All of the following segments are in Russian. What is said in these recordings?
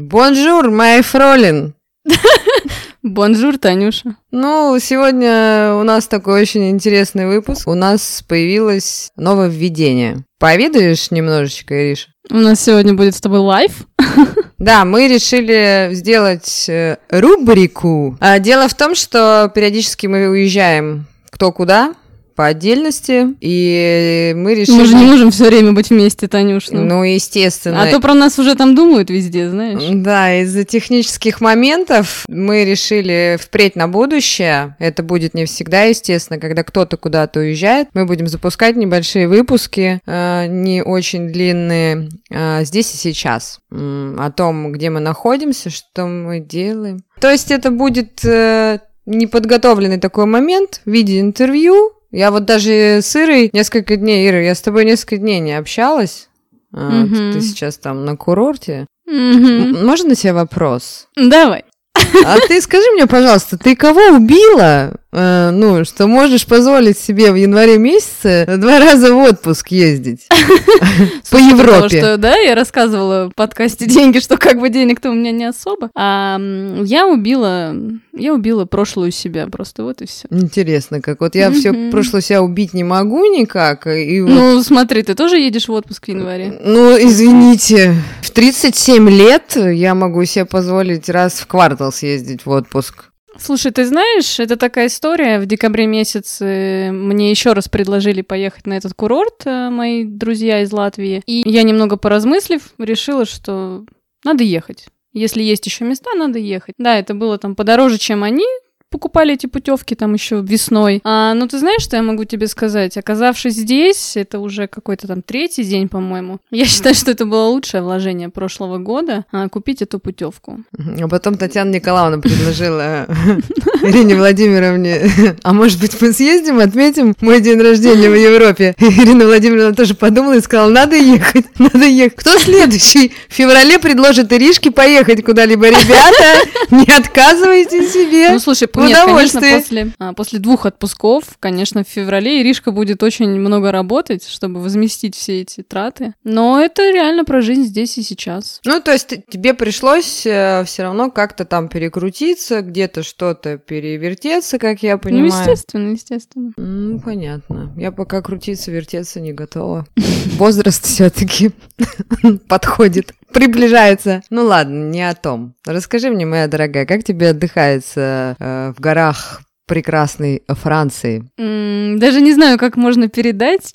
Бонжур, май фролин. Бонжур, Танюша. Ну, сегодня у нас такой очень интересный выпуск. У нас появилось нововведение. Поведаешь немножечко, Ириша? У нас сегодня будет с тобой лайв. Да, мы решили сделать рубрику. Дело в том, что периодически мы уезжаем кто куда, по отдельности, и мы решили... Мы же не можем все время быть вместе, Танюш. Ну, естественно. А то про нас уже там думают везде, знаешь. Да, из-за технических моментов мы решили впредь на будущее, это будет не всегда, естественно, когда кто-то куда-то уезжает, мы будем запускать небольшие выпуски, не очень длинные, здесь и сейчас, о том, где мы находимся, что мы делаем. То есть это будет неподготовленный такой момент в виде интервью. Я вот даже с Ирой несколько дней, Ира, я с тобой несколько дней не общалась. Ты сейчас там на курорте. Можно на тебя вопрос? Давай. А ты скажи мне, пожалуйста, ты кого убила, что можешь позволить себе в январе месяце 2 раза в отпуск ездить по Европе? Что, да, я рассказывала в подкасте «Деньги», что как бы денег-то у меня не особо. Я убила прошлую себя, просто вот и все. Интересно, как вот я все прошлое себя убить не могу никак. Ну, смотри, ты тоже едешь в отпуск в январе? Ну, извините, в 37 лет я могу себе позволить раз в квартал съездить в отпуск. Слушай, ты знаешь, это такая история. В декабре месяце мне еще раз предложили поехать на этот курорт, мои друзья из Латвии. И я, немного поразмыслив, решила, что надо ехать. Если есть еще места, надо ехать. Да, это было там подороже, чем они покупали эти путевки там еще весной. Но ты знаешь, что я могу тебе сказать? Оказавшись здесь, это уже какой-то там 3-й день, по-моему. Я считаю, что это было лучшее вложение прошлого года, купить эту путевку. А потом Татьяна Николаевна предложила Ирине Владимировне: а может быть, мы съездим, отметим мой день рождения в Европе? Ирина Владимировна тоже подумала и сказала: надо ехать, надо ехать. Кто следующий в феврале предложит Иришке поехать куда-либо? Ребята, не отказывайте себе. Ну, слушай, нет, конечно, после 2 отпусков, конечно, в феврале Иришка будет очень много работать, чтобы возместить все эти траты. Но это реально про жизнь здесь и сейчас. Ну, то есть тебе пришлось все равно как-то там перекрутиться, где-то что-то перевертеться, как я понимаю. Ну, естественно. Ну, понятно. Я пока крутиться, вертеться не готова. Возраст все-таки подходит. Приближается. Ну ладно, не о том. Расскажи мне, моя дорогая, как тебе отдыхается в горах прекрасной Франции? Даже не знаю, как можно передать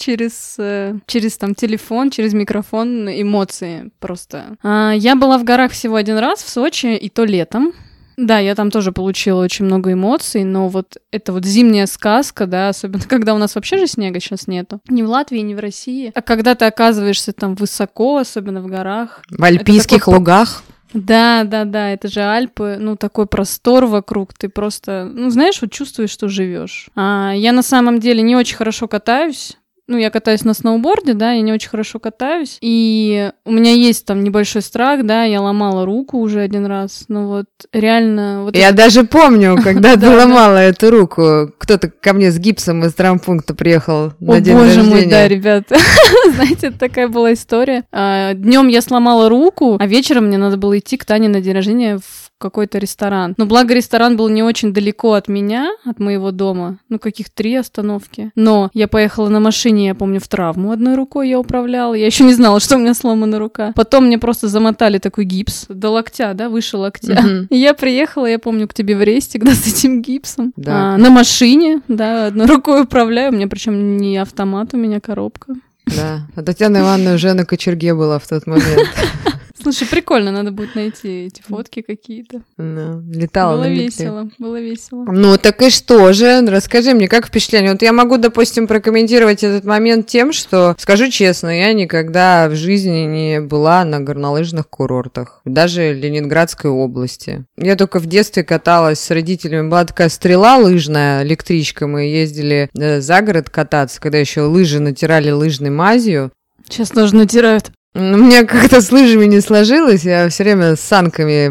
через там телефон, через микрофон эмоции просто. Я была в горах всего 1 раз в Сочи, и то летом. Да, я там тоже получила очень много эмоций, но вот это вот зимняя сказка, да, особенно когда у нас вообще же снега сейчас нету. Ни в Латвии, ни в России. А когда ты оказываешься там высоко, особенно в горах. В альпийских лугах. Да, это же Альпы, такой простор вокруг, ты просто, знаешь, вот чувствуешь, что живешь. Я на самом деле не очень хорошо катаюсь. Я катаюсь на сноуборде, да, я не очень хорошо катаюсь, и у меня есть там небольшой страх, да, я ломала руку уже 1 раз, реально... Я даже помню, когда ты ломала эту руку, кто-то ко мне с гипсом из травмпункта приехал на день рождения. О, боже мой, да, ребята, знаете, такая была история. Днем я сломала руку, а вечером мне надо было идти к Тане на день рождения в какой-то ресторан. Но благо ресторан был не очень далеко от меня, от моего дома, каких 3 остановки. Но я поехала на машине, я помню, в травму 1 рукой я управляла. Я еще не знала, что у меня сломана рука. Потом мне просто замотали такой гипс до локтя, да, выше локтя. И я приехала, я помню, к тебе в Рестик, да, с этим гипсом. Да. На машине, да, 1 рукой управляю. У меня причем не автомат, у меня коробка. Да, а Татьяна Ивановна уже на кочерге была в тот момент. Слушай, прикольно, надо будет найти эти фотки какие-то. Летала на метле. Было весело. Ну, так и что же? Расскажи мне, как впечатление? Вот я могу, допустим, прокомментировать этот момент тем, что, скажу честно, я никогда в жизни не была на горнолыжных курортах, даже в Ленинградской области. Я только в детстве каталась с родителями, была такая стрела лыжная, электричка, мы ездили за город кататься, когда еще лыжи натирали лыжной мазью. Сейчас тоже натирают. У меня как-то с лыжами не сложилось, я все время с санками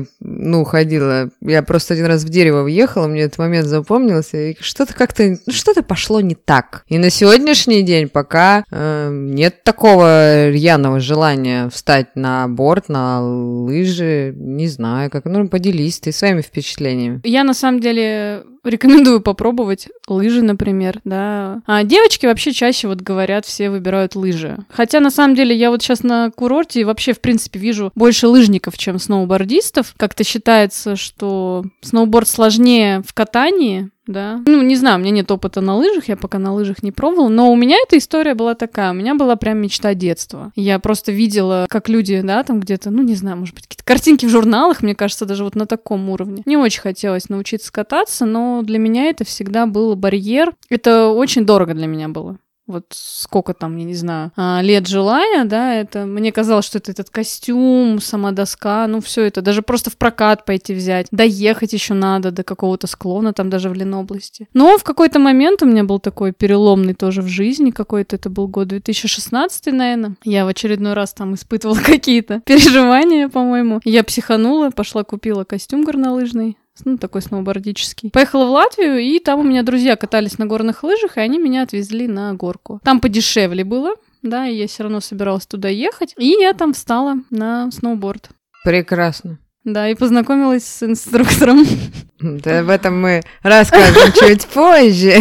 ходила. Я просто один раз в дерево въехала, мне этот момент запомнился, и что-то пошло не так. И на сегодняшний день пока нет такого рьяного желания встать на борт, на лыжи, не знаю, как, поделись ты своими впечатлениями. Я, на самом деле, рекомендую попробовать лыжи, например, да. А девочки вообще чаще говорят, все выбирают лыжи. Хотя, на самом деле, я сейчас на курорте и вообще, в принципе, вижу больше лыжников, чем сноубордистов. Как-то считается, что сноуборд сложнее в катании, да. Не знаю, у меня нет опыта на лыжах, я пока на лыжах не пробовала, но у меня эта история была такая, у меня была прям мечта детства. Я просто видела, как люди, да, там где-то, не знаю, может быть, какие-то картинки в журналах, мне кажется, даже на таком уровне. Мне очень хотелось научиться кататься, но для меня это всегда был барьер. Это очень дорого для меня было. Сколько там, я не знаю, лет жила я, да, это мне казалось, что это этот костюм, сама доска, все это, даже просто в прокат пойти взять, доехать еще надо до какого-то склона, там даже в Ленобласти. Но в какой-то момент у меня был такой переломный тоже в жизни какой-то, это был год 2016, наверное. Я в очередной раз там испытывала какие-то переживания, по-моему. Я психанула, пошла купила костюм горнолыжный, такой сноубордический. Поехала в Латвию, и там у меня друзья катались на горных лыжах, и они меня отвезли на горку. Там подешевле было, да, и я все равно собиралась туда ехать, и я там встала на сноуборд. Прекрасно. Да, и познакомилась с инструктором. Да, об этом мы расскажем чуть позже.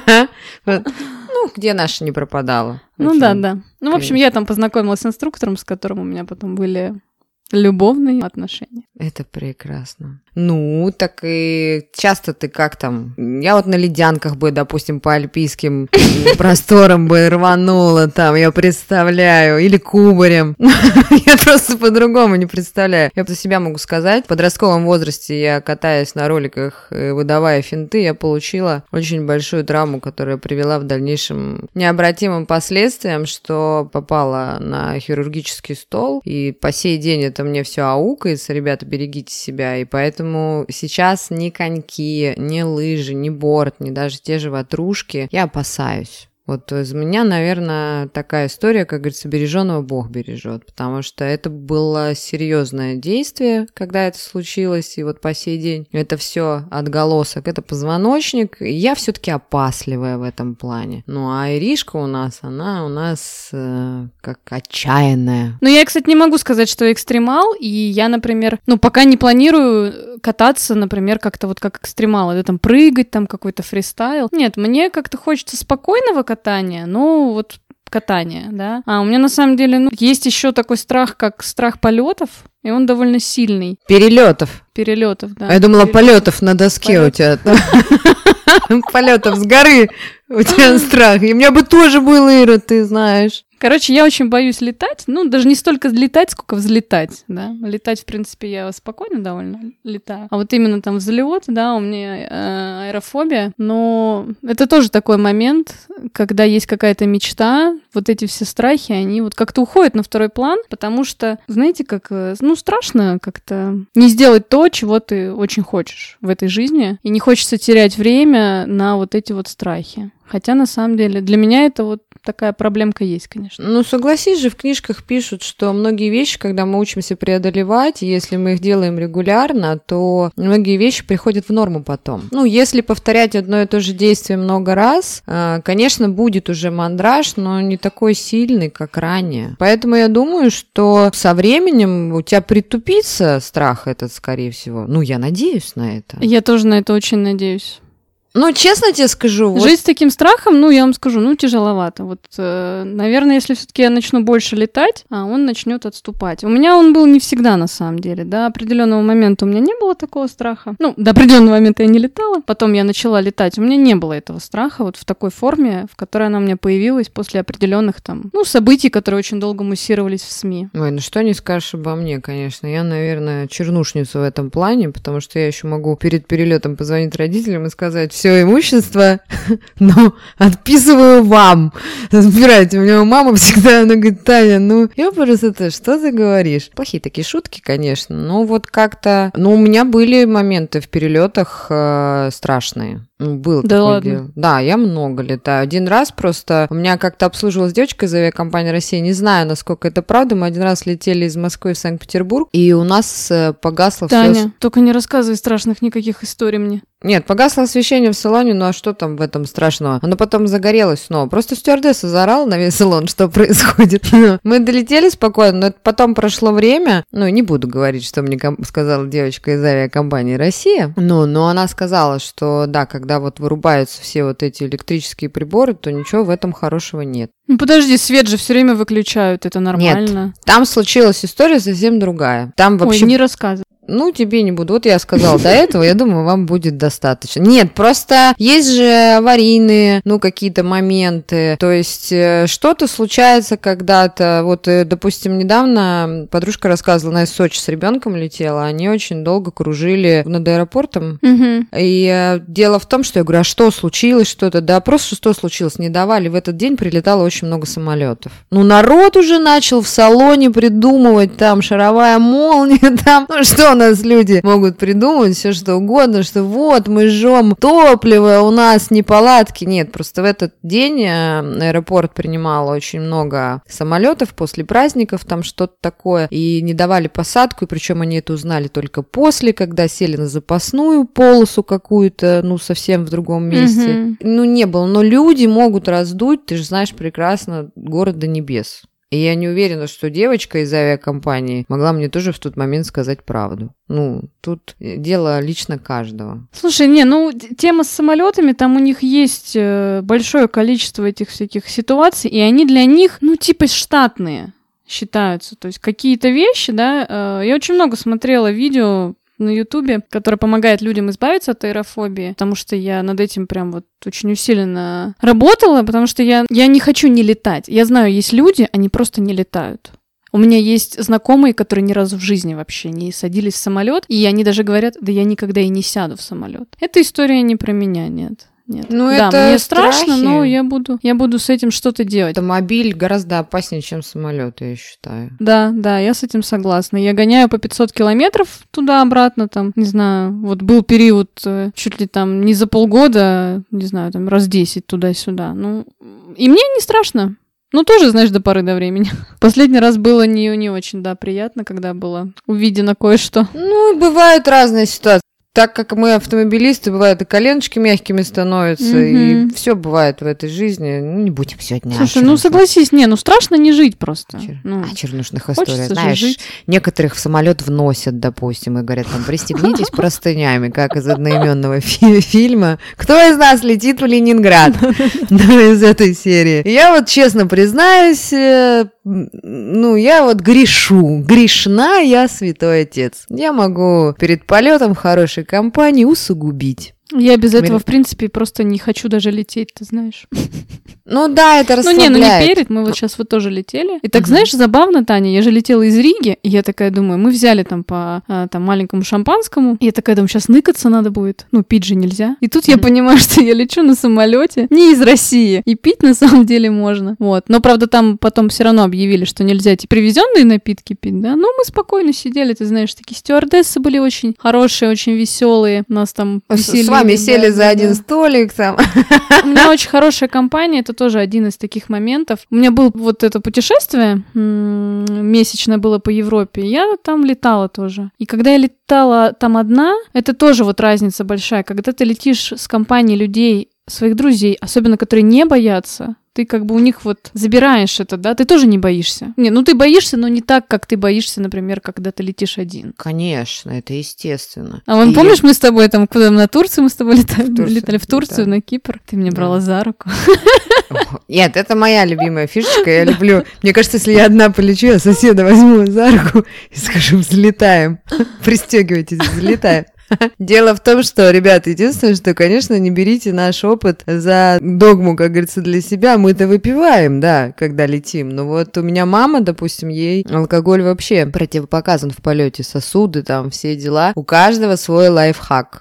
Где наша не пропадала. Да. В общем, я там познакомилась с инструктором, с которым у меня потом были любовные отношения. Это прекрасно. Так и часто ты как там? Я на ледянках бы, допустим, по альпийским просторам бы рванула там, я представляю, или кубарем. Я просто по-другому не представляю. Я за себя могу сказать, в подростковом возрасте я, катаясь на роликах, выдавая финты, я получила очень большую травму, которая привела в дальнейшем необратимым последствиям, что попала на хирургический стол, и по сей день это мне все аукается. Ребята, берегите себя, и поэтому сейчас ни коньки, ни лыжи, ни борт, ни даже те же ватрушки я опасаюсь. Из меня, наверное, такая история, как говорится, береженого Бог бережет, потому что это было серьезное действие, когда это случилось, и по сей день это все отголосок, это позвоночник, и я все-таки опасливая в этом плане. А Иришка она у нас как отчаянная. Я, кстати, не могу сказать, что я экстремал, и я, например, пока не планирую кататься, например, как-то как экстремал, это там прыгать, там какой-то фристайл. Нет, мне как-то хочется спокойного катания, катание, да. А у меня на самом деле, есть еще такой страх, как страх полетов, и он довольно сильный. Перелетов, да. Я думала, полетов на доске у тебя. Полетов с горы у тебя страх. И у меня бы тоже был, Ира, ты знаешь. Короче, я очень боюсь летать. Даже не столько летать, сколько взлетать, да. Летать, в принципе, я спокойно довольно летаю. А именно там взлет, да, у меня аэрофобия. Но это тоже такой момент, когда есть какая-то мечта, эти все страхи, они как-то уходят на второй план, потому что, знаете, как, страшно как-то не сделать то, чего ты очень хочешь в этой жизни. И не хочется терять время на эти страхи. Хотя, на самом деле, для меня это такая проблемка есть, конечно. Согласись же, в книжках пишут, что многие вещи, когда мы учимся преодолевать, если мы их делаем регулярно, то многие вещи приходят в норму потом. Если повторять одно и то же действие много раз, конечно, будет уже мандраж, но не такой сильный, как ранее. Поэтому я думаю, что со временем у тебя притупится страх этот, скорее всего. Я надеюсь на это. Я тоже на это очень надеюсь. Честно тебе скажу... Жить с таким страхом, я вам скажу, тяжеловато. Наверное, если все-таки я начну больше летать, он начнет отступать. У меня он был не всегда, на самом деле. До определенного момента у меня не было такого страха. До определенного момента я не летала. Потом я начала летать. У меня не было этого страха в такой форме, в которой она у меня появилась после определенных событий, которые очень долго муссировались в СМИ. Ой, что не скажешь обо мне, конечно. Я, наверное, чернушница в этом плане, потому что я еще могу перед перелетом позвонить родителям и сказать: все имущество, но отписываю вам. Забирайте. У меня мама всегда, она говорит: Таня, ну, ёпрст, что ты говоришь? Плохие такие шутки, конечно, но вот как-то... Ну, у меня были моменты в перелетах страшные. Был да такой ладно? дел. Да, я много летаю. Один раз просто у меня как-то обслуживалась девочка из авиакомпании «Россия». Не знаю, насколько это правда. Мы один раз летели из Москвы в Санкт-Петербург, и у нас погасло все. Таня, только не рассказывай страшных никаких историй мне. Нет, погасло освещение в салоне, ну а что там в этом страшного? Оно потом загорелось снова. Просто стюардесса заорала на весь салон, что происходит. Мы долетели спокойно, но потом прошло время. Ну, не буду говорить, что мне сказала девочка из авиакомпании «Россия». Ну, но она сказала, что да, когда вот вырубаются все вот эти электрические приборы, то ничего в этом хорошего нет. Ну подожди, свет же все время выключают, это нормально. Нет, там случилась история совсем другая. Там вообще... Ой, не рассказывай. Ну, тебе не буду. Вот я сказала до этого, я думаю, вам будет достаточно. Нет, просто есть же аварийные, ну, какие-то моменты. То есть что-то случается когда-то. Вот, допустим, недавно подружка рассказывала, она из Сочи с ребенком летела, они очень долго кружили над аэропортом. Угу. И дело в том, что я говорю, а что случилось, что-то? Да, просто что случилось, не давали. В этот день прилетало очень много самолетов. Ну, народ уже начал в салоне придумывать, там, шаровая молния, там, ну, что у нас люди могут придумать все что угодно, что вот мы жжем топливо, у нас неполадки. Нет, просто в этот день аэропорт принимал очень много самолетов после праздников, там что-то такое, и не давали посадку, и причем они это узнали только после, когда сели на запасную полосу какую-то, ну, совсем в другом месте. Ну, не было, но люди могут раздуть, ты же знаешь прекрасно, город до небес. И я не уверена, что девочка из авиакомпании могла мне тоже в тот момент сказать правду. Ну, тут дело лично каждого. Слушай, не, ну, тема с самолетами, там у них есть большое количество этих всяких ситуаций, и они для них, ну, типа штатные считаются. То есть какие-то вещи, да, я очень много смотрела видео на Ютубе, которая помогает людям избавиться от аэрофобии, потому что я над этим прям вот очень усиленно работала, потому что я не хочу не летать. Я знаю, есть люди, они просто не летают. У меня есть знакомые, которые ни разу в жизни вообще не садились в самолет, и они даже говорят, да я никогда и не сяду в самолет. Эта история не про меня, нет. Нет. Ну, да, это мне страшно, страхи. но я буду с этим что-то делать. Автомобиль гораздо опаснее, чем самолет, я считаю. Да, я с этим согласна. Я гоняю по 500 километров туда-обратно, там, не знаю, вот был период чуть ли там не за полгода, не знаю, там раз 10 туда-сюда. Ну, и мне не страшно. Ну, тоже, знаешь, до поры до времени. Последний раз было не очень, да, приятно, когда было увидено кое-что. Ну, бывают разные ситуации. Так как мы автомобилисты, бывает, и коленочки мягкими становятся, и все бывает в этой жизни. Ну, не будем сегодня. Слушай, ну согласись, ну страшно не жить просто. О чернушных историях. Знаешь, некоторых в самолет вносят, допустим, и говорят, там, пристегнитесь простынями, как из одноименного фильма. Кто из нас летит в Ленинград? Из этой серии. Я вот честно признаюсь, ну, я вот грешна я, святой отец. Я могу перед полетом хорошей компании усугубить. Я без этого, в принципе, просто не хочу даже лететь, ты знаешь. Ну да, это расслабляет. Ну не перед, мы вот сейчас вот тоже летели. И так, знаешь, забавно, Таня, я же летела из Риги, и я такая думаю, мы взяли там по там маленькому шампанскому, и я такая думаю, сейчас ныкаться надо будет, ну пить же нельзя. И тут я понимаю, что я лечу на самолете не из России, и пить на самом деле можно. Вот. Но, правда, там потом все равно объявили, что нельзя эти привезенные напитки пить, да. Ну, мы спокойно сидели, ты знаешь, такие стюардессы были очень хорошие, очень веселые. Нас там веселили. С вами сели за один столик там. У меня очень хорошая компания, это тоже один из таких моментов. У меня было вот это путешествие, месячное было по Европе, я там летала тоже. И когда я летала там одна, это тоже вот разница большая. Когда ты летишь с компанией людей, своих друзей, особенно которые не боятся, ты как бы у них вот забираешь это, да, ты тоже не боишься. Не, ну ты боишься, но не так, как ты боишься, например, когда ты летишь один. Конечно, это естественно. А вон, помнишь, мы с тобой там куда на Турцию мы с тобой летали в Турцию, на Кипр, ты меня брала за руку. Нет, это моя любимая фишечка, я люблю. Мне кажется, если я одна полечу, я соседа возьму за руку и скажу, взлетаем. Пристегивайтесь, взлетаем. Дело в том, что, ребята, единственное, что, конечно, не берите наш опыт за догму, как говорится, для себя. Мы-то выпиваем, да, когда летим. Но вот у меня мама, допустим, ей алкоголь вообще противопоказан в полете, сосуды, там, все дела. У каждого свой лайфхак.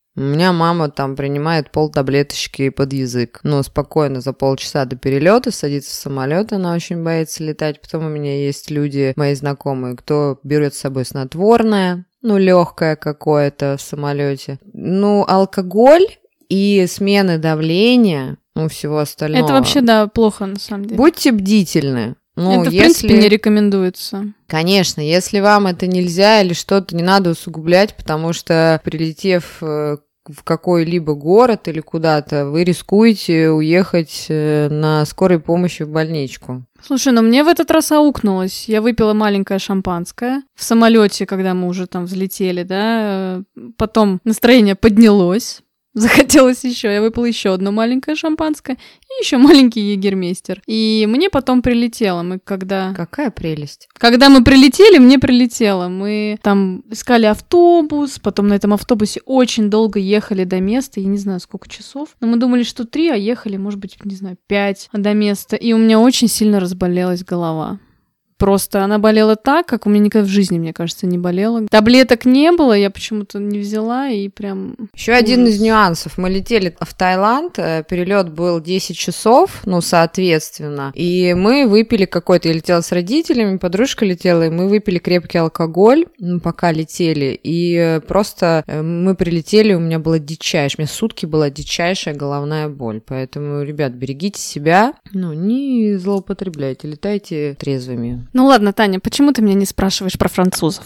У меня мама там принимает полтаблеточки под язык. Ну, спокойно за полчаса до перелета садится в самолет, она очень боится летать. Потом у меня есть люди, мои знакомые, кто берет с собой снотворное, ну, легкое какое-то в самолете. Ну, алкоголь и смены давления, ну, всего остального. Это вообще, да, плохо на самом деле. Будьте бдительны. Ну, это, в принципе, не рекомендуется. Конечно, если вам это нельзя или что-то, не надо усугублять, потому что, прилетев в какой-либо город или куда-то, вы рискуете уехать на скорой помощи в больничку. Слушай, ну мне в этот раз аукнулось. Я выпила маленькое шампанское в самолете, когда мы уже там взлетели, да. Потом настроение поднялось. Захотелось еще. Я выпила еще одно маленькое шампанское и еще маленький егермейстер. И мне потом прилетело. Мы когда... Какая прелесть. Когда мы прилетели, мне прилетело. Мы там искали автобус, потом на этом автобусе очень долго ехали до места. Я не знаю, сколько часов. Но мы думали, что 3, а ехали, может быть, не знаю, 5 до места. И у меня очень сильно разболелась голова. Просто она болела так, как у меня никогда в жизни, мне кажется, не болела. Таблеток не было, я почему-то не взяла, и прям... Еще один из нюансов. Мы летели в Таиланд, перелет был 10 часов, ну, соответственно, и мы выпили какой-то... Я летела с родителями, подружка летела, и мы выпили крепкий алкоголь, пока летели, и просто мы прилетели, у меня была дичайшая, у меня сутки была дичайшая головная боль, поэтому, ребят, берегите себя, ну, не злоупотребляйте, летайте трезвыми. Ну ладно, Таня, почему ты меня не спрашиваешь про французов?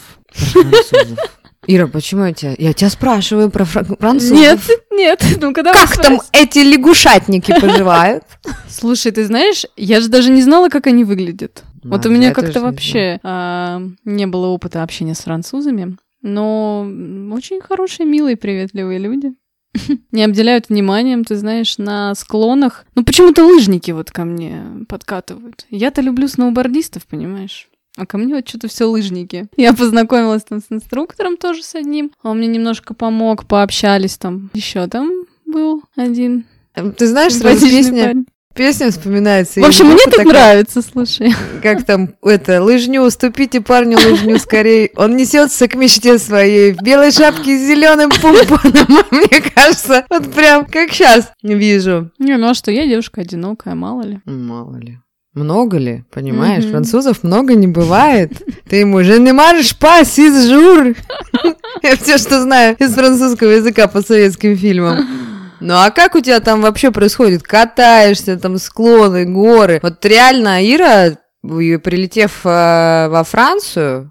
Ира, почему я тебя спрашиваю про французов? Нет, ну когда как там эти лягушатники поживают? Слушай, ты знаешь, я же даже не знала, как они выглядят. Вот у меня как-то вообще не было опыта общения с французами, но очень хорошие, милые, приветливые люди. Не обделяют вниманием, ты знаешь, на склонах. Ну, почему-то лыжники вот ко мне подкатывают. Я-то люблю сноубордистов, понимаешь? А ко мне вот что-то все лыжники. Я познакомилась там с инструктором тоже с одним. Он мне немножко помог, пообщались там. Еще там был один. Ты знаешь, сразу песня вспоминается. В общем, мне тут нравится, слушай. Как там, лыжню, уступите парню лыжню скорее. Он несется к мечте своей в белой шапке с зеленым помпоном. Мне кажется, вот прям как сейчас вижу. Не, ну а что, я девушка одинокая, мало ли. Мало ли. Много ли, понимаешь? Французов много не бывает. Ты ему «Je ne marche pas six jours». Я все, что знаю из французского языка по советским фильмам. Ну а как у тебя там вообще происходит? Катаешься, там склоны, горы. Вот реально Ира, прилетев во Францию,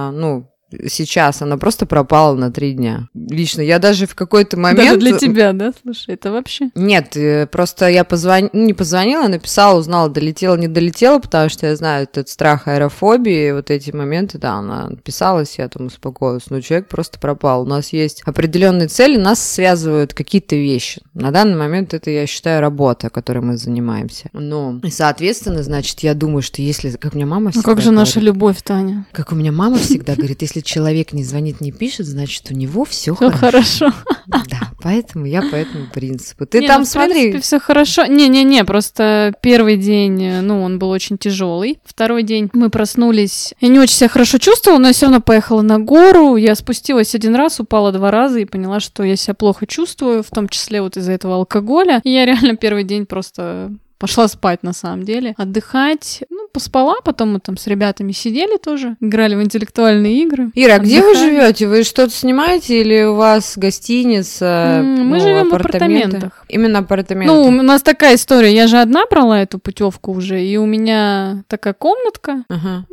сейчас она просто пропала на 3 дня. Лично я даже в какой-то момент... Даже для тебя, да? Слушай, это вообще... Нет, просто я не позвонила, написала, узнала, долетела, не долетела, потому что я знаю этот страх аэрофобии, вот эти моменты, да, она написалась, я там успокоилась. Но человек просто пропал. У нас есть определенные цели, нас связывают какие-то вещи. На данный момент это, я считаю, работа, которой мы занимаемся. Ну, и, соответственно, значит, я думаю, что если... Как у меня мама всегда как же говорит, наша любовь, Таня? Как у меня мама всегда говорит, если человек не звонит, не пишет, значит, у него все хорошо. Да, поэтому я по этому принципу. Ты там смотри. В принципе, все хорошо. Не, просто первый день, он был очень тяжелый. Второй день мы проснулись. Я не очень себя хорошо чувствовала, но я все равно поехала на гору. Я спустилась 1 раз, упала 2 раза и поняла, что я себя плохо чувствую, в том числе вот из-за этого алкоголя. И я реально первый день просто пошла спать, на самом деле, отдыхать. Поспала, потом мы там с ребятами сидели тоже, играли в интеллектуальные игры. Ира, а где вы живете? Вы что-то снимаете или у вас гостиница? Мы живем в апартаментах. Именно апартаменты. У нас такая история. Я же одна брала эту путевку уже, и у меня такая комнатка.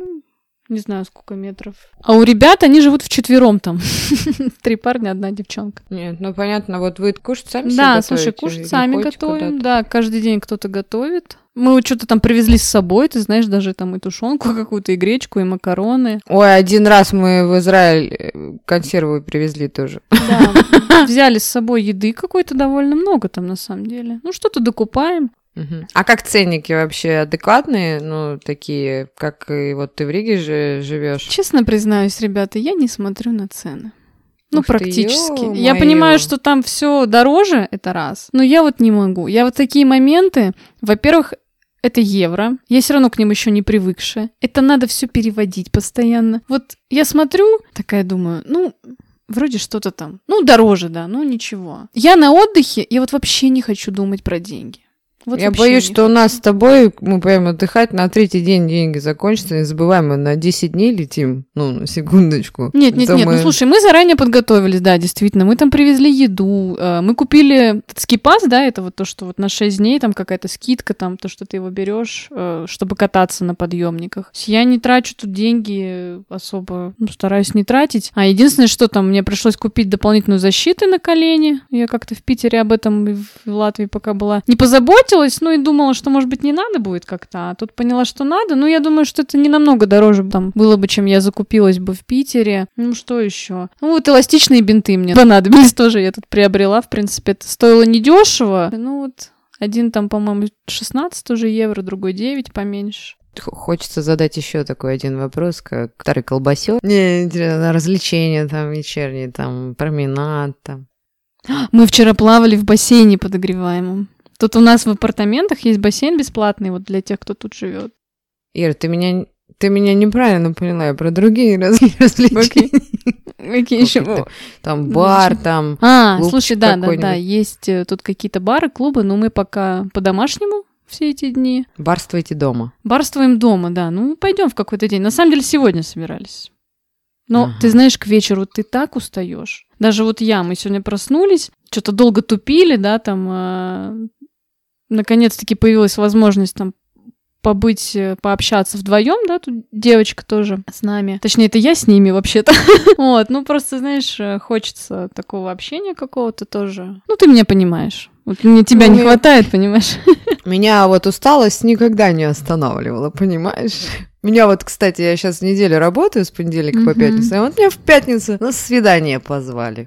Не знаю, сколько метров. А у ребят, они живут вчетвером там. 3 парня, 1 девчонка. Нет, понятно, вот вы кушать сами себе готовите? Да, слушай, кушать сами готовим. Куда-то? Да, каждый день кто-то готовит. Мы вот что-то там привезли с собой, ты знаешь, даже там и тушенку какую-то, и гречку, и макароны. Ой, 1 раз мы в Израиль консервы привезли тоже. Да, взяли с собой еды какой-то довольно много там на самом деле. Что-то докупаем. А как ценники вообще адекватные, такие, как и вот ты в Риге же живешь? Честно признаюсь, ребята, я не смотрю на цены. Практически. Я моё. Понимаю, что там все дороже, это раз. Но я вот не могу. Я вот такие моменты, во-первых, это евро. Я все равно к ним еще не привыкшая. Это надо все переводить постоянно. Вот я смотрю, такая думаю, вроде что-то там, ну, дороже, да, ну, ничего. Я на отдыхе, я вот вообще не хочу думать про деньги. Вот я боюсь, что у нас с тобой, мы поедем отдыхать, на 3-й день деньги закончатся, не забываем, мы на 10 дней летим, ну, на секундочку. Нет, ну слушай, мы заранее подготовились, да, действительно, мы там привезли еду, мы купили скипас, да, это вот то, что вот на 6 дней там какая-то скидка, там то, что ты его берешь, чтобы кататься на подъемниках. Я не трачу тут деньги особо, ну, стараюсь не тратить, а единственное, что там, мне пришлось купить дополнительную защиту на колени, я как-то в Питере об этом и в Латвии пока была, не позаботилась, ну и думала, что, может быть, не надо будет как-то, а тут поняла, что надо. Ну, я думаю, что это не намного дороже там было бы, чем я закупилась бы в Питере. Ну, что еще? Ну, вот эластичные бинты мне понадобились тоже, я тут приобрела, в принципе, это стоило недешево. Ну, вот один там, по-моему, 16 уже евро, другой 9, поменьше. Хочется задать еще такой один вопрос, как старый колбасер. Мне интересно, развлечения там вечерние, там, променад там. Мы вчера плавали в бассейне подогреваемом. Тут у нас в апартаментах есть бассейн бесплатный вот для тех, кто тут живет. Ира, ты меня неправильно поняла, я про другие развлечения. Какие еще? Там бар, там слушай, да, есть тут какие-то бары, клубы, но мы пока по-домашнему все эти дни. Барствуете дома? Барствуем дома, да. Ну, пойдем в какой-то день. На самом деле, сегодня собирались. Но ты знаешь, к вечеру ты так устаешь. Даже вот мы сегодня проснулись, что-то долго тупили, да, там... Наконец-таки появилась возможность там побыть, пообщаться вдвоем, да, тут девочка тоже с нами. Точнее, это я с ними вообще-то. Вот, ну просто, знаешь, хочется такого общения какого-то тоже. Ну, ты меня понимаешь. Вот мне тебя не хватает, понимаешь? Меня вот усталость никогда не останавливала, понимаешь? Меня вот, кстати, я сейчас неделю работаю с понедельника по пятницу, и вот меня в пятницу на свидание позвали.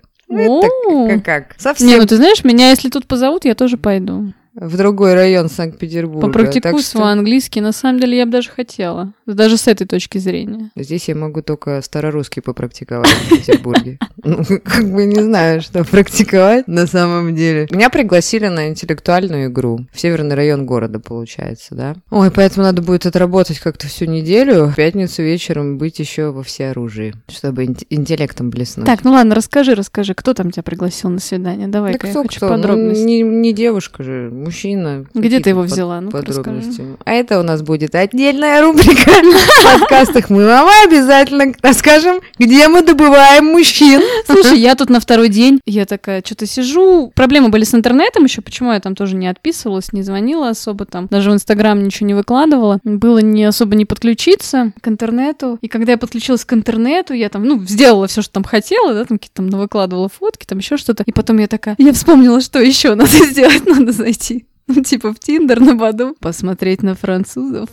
Это как? Совсем. Не, ну ты знаешь, меня если тут позовут, я тоже пойду. В другой район Санкт-Петербурга. Попрактикуй свой английский. На самом деле, я бы даже хотела. Даже с этой точки зрения. Здесь я могу только старорусский попрактиковать в Петербурге. Ну, как бы не знаю, что практиковать на самом деле. Меня пригласили на интеллектуальную игру. В северный район города, получается, да? Ой, поэтому надо будет отработать как-то всю неделю. В пятницу вечером быть еще во всеоружии, чтобы интеллектом блеснуть. Так, ну ладно, расскажи, кто там тебя пригласил на свидание? Давай-ка, я хочу подробности. Не девушка же, мужчина. Где ты его взяла? Ну, подробности. А это у нас будет отдельная рубрика в подкастах. Мы вам обязательно расскажем, где мы добываем мужчин. Слушай, я тут на второй день, я такая, что-то сижу. Проблемы были с интернетом еще, почему я там тоже не отписывалась, не звонила особо там. Даже в Инстаграм ничего не выкладывала. Было не особо не подключиться к интернету. И когда я подключилась к интернету, я там, сделала все, что там хотела, да, там какие-то там навыкладывала фотки, там еще что-то. И потом я такая, я вспомнила, что еще надо сделать, надо зайти. Типа в Тиндер на Баду, посмотреть на французов.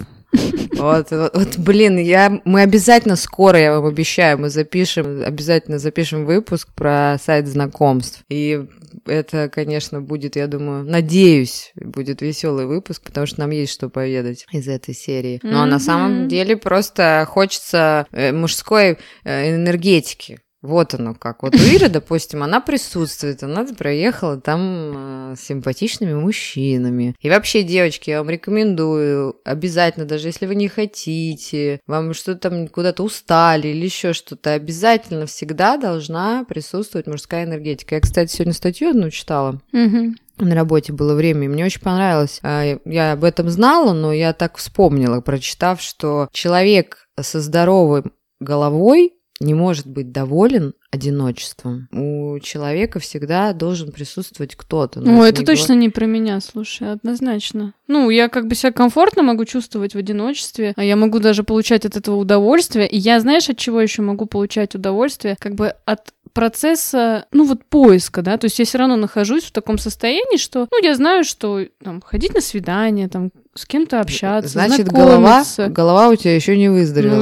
Вот, блин, мы обязательно скоро, я вам обещаю, мы обязательно запишем выпуск про сайт знакомств. И это, конечно, будет, я думаю, надеюсь, будет веселый выпуск, потому что нам есть что поведать из этой серии. Ну, а на самом деле просто хочется мужской энергетики. Вот оно как. Вот у Иры, допустим, она присутствует, она проехала там с симпатичными мужчинами. И вообще, девочки, я вам рекомендую обязательно, даже если вы не хотите, вам что-то там куда-то устали или еще что-то, обязательно всегда должна присутствовать мужская энергетика. Я, кстати, сегодня статью одну читала. На работе было время, и мне очень понравилось. Я об этом знала, но я так вспомнила, прочитав, что человек со здоровой головой не может быть доволен одиночеством. У человека всегда должен присутствовать кто-то. Это точно не про меня, слушай, однозначно. Я как бы себя комфортно могу чувствовать в одиночестве, а я могу даже получать от этого удовольствие. И я, знаешь, от чего еще могу получать удовольствие? Как бы от процесса, поиска, да, то есть я все равно нахожусь в таком состоянии, что, я знаю, что там ходить на свидание, там с кем-то общаться, значит, знакомиться. голова у тебя еще не выздоровела.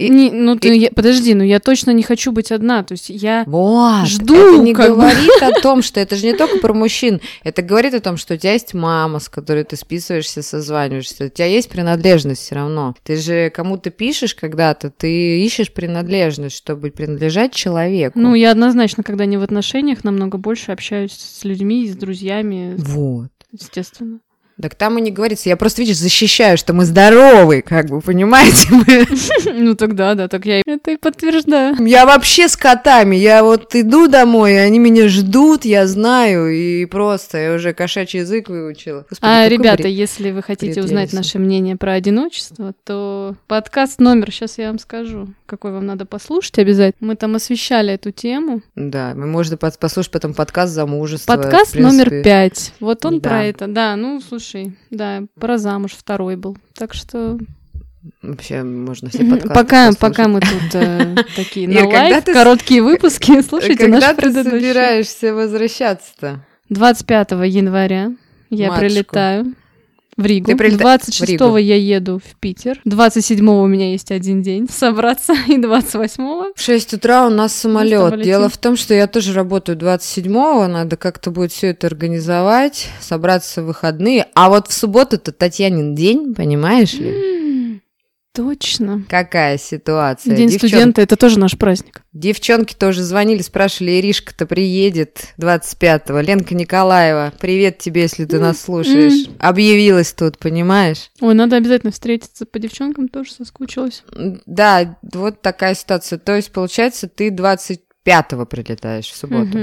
Подожди, я точно не хочу быть одна, то есть я жду. Это не говорит о том, что это же не только про мужчин, это говорит о том, что у тебя есть мама, с которой ты списываешься, созваниваешься, у тебя есть принадлежность все равно. Ты же кому-то пишешь когда-то, ты ищешь принадлежность, чтобы принадлежать человеку. Я однозначно, когда не в отношениях, намного больше общаюсь с людьми, с друзьями. Вот. Естественно. Так там и не говорится. Я просто, видишь, защищаю, что мы здоровы, как бы, понимаете? Ну тогда, да, так я это и подтверждаю. Я вообще с котами. Я вот иду домой, и они меня ждут, я знаю, и просто я уже кошачий язык выучила. Господи, ребята, если вы хотите узнать наше мнение про одиночество, то подкаст номер, сейчас я вам скажу, какой вам надо послушать обязательно. Мы там освещали эту тему. Да, можно послушать потом подкаст «Замужество». Подкаст номер 5. Вот он про это. Да, ну, слушай, да, про замуж второй был. Так что... Вообще, можно все подкасты пока мы тут такие на лайв, короткие выпуски, слушайте наши предыдущие. Когда ты собираешься возвращаться-то? 25 января я прилетаю в Ригу. 26-го я еду в Питер. 27-го у меня есть один день собраться, и 28-го. В 6 утра у нас самолет. Дело в том, что я тоже работаю 27-го, надо как-то будет все это организовать, собраться в выходные. А вот в субботу-то Татьянин день, понимаешь ли? Точно. Какая ситуация? День студента, это тоже наш праздник. Девчонки тоже звонили, спрашивали, Иришка-то приедет 25-го. Ленка Николаева, привет тебе, если ты нас слушаешь. Объявилась тут, понимаешь? Ой, надо обязательно встретиться. По девчонкам тоже соскучилась. Да, вот такая ситуация. То есть, получается, ты 25-го прилетаешь в субботу.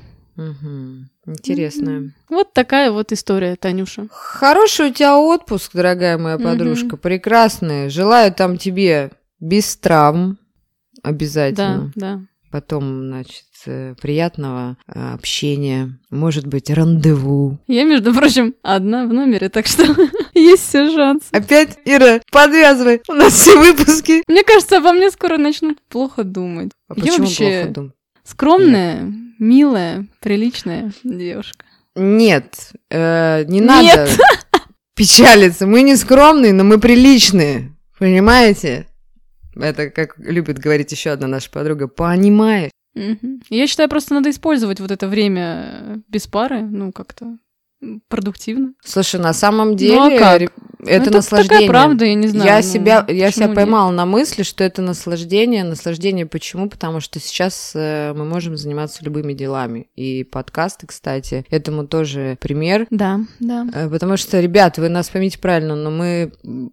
Интересно. Вот такая вот история, Танюша. Хороший у тебя отпуск, дорогая моя подружка, прекрасный. Желаю там тебе без травм обязательно. Да. Потом, значит, приятного общения, может быть, рандеву. Я, между прочим, одна в номере, так что есть все шансы. Опять, Ира, подвязывай, у нас все выпуски. Мне кажется, обо мне скоро начнут плохо думать. А почему вообще плохо думать? Скромная, милая, приличная девушка. Нет, не надо печалиться. Мы не скромные, но мы приличные. Понимаете? Это, как любит говорить еще одна наша подруга, понимаешь? Я считаю, просто надо использовать вот это время без пары, ну, как-то продуктивно. Слушай, на самом деле это наслаждение. Такая правда, я не знаю. Я себя поймала на мысли, что это наслаждение. Наслаждение почему? Потому что сейчас мы можем заниматься любыми делами. И подкасты, кстати, этому тоже пример. Да. Потому что, ребят, вы нас поймите правильно, но мы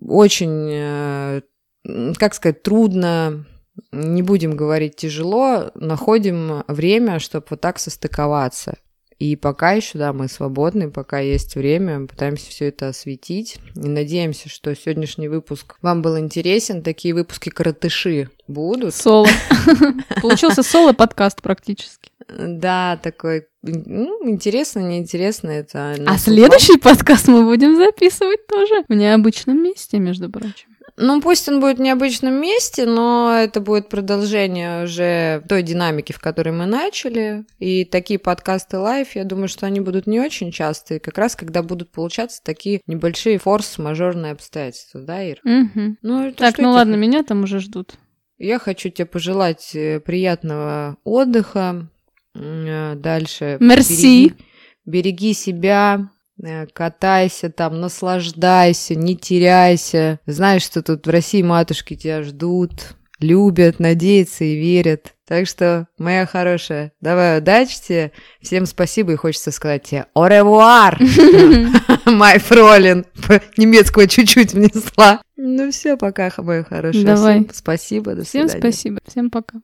очень, как сказать, трудно, не будем говорить тяжело, находим время, чтобы вот так состыковаться. И пока еще, да, мы свободны, пока есть время, пытаемся все это осветить. И надеемся, что сегодняшний выпуск вам был интересен. Такие выпуски-коротыши будут. Соло. Получился соло-подкаст практически. Да, такой, интересно, неинтересно это. А следующий подкаст мы будем записывать тоже в необычном месте, между прочим. Ну, пусть он будет в необычном месте, но это будет продолжение уже той динамики, в которой мы начали. И такие подкасты лайв, я думаю, что они будут не очень частые, как раз когда будут получаться такие небольшие форс-мажорные обстоятельства, да, Ир? Угу. Ладно, меня там уже ждут. Я хочу тебе пожелать приятного отдыха. Дальше. Мерси. Береги себя. Катайся там, наслаждайся, не теряйся. Знаешь, что тут в России матушки тебя ждут, любят, надеются и верят. Так что, моя хорошая, давай удачи тебе. Всем спасибо и хочется сказать тебе au revoir, my Fräulein. Немецкого чуть-чуть внесла. Ну все, пока, моя хорошая. Давай. Всем спасибо, до свидания. Всем спасибо, всем пока.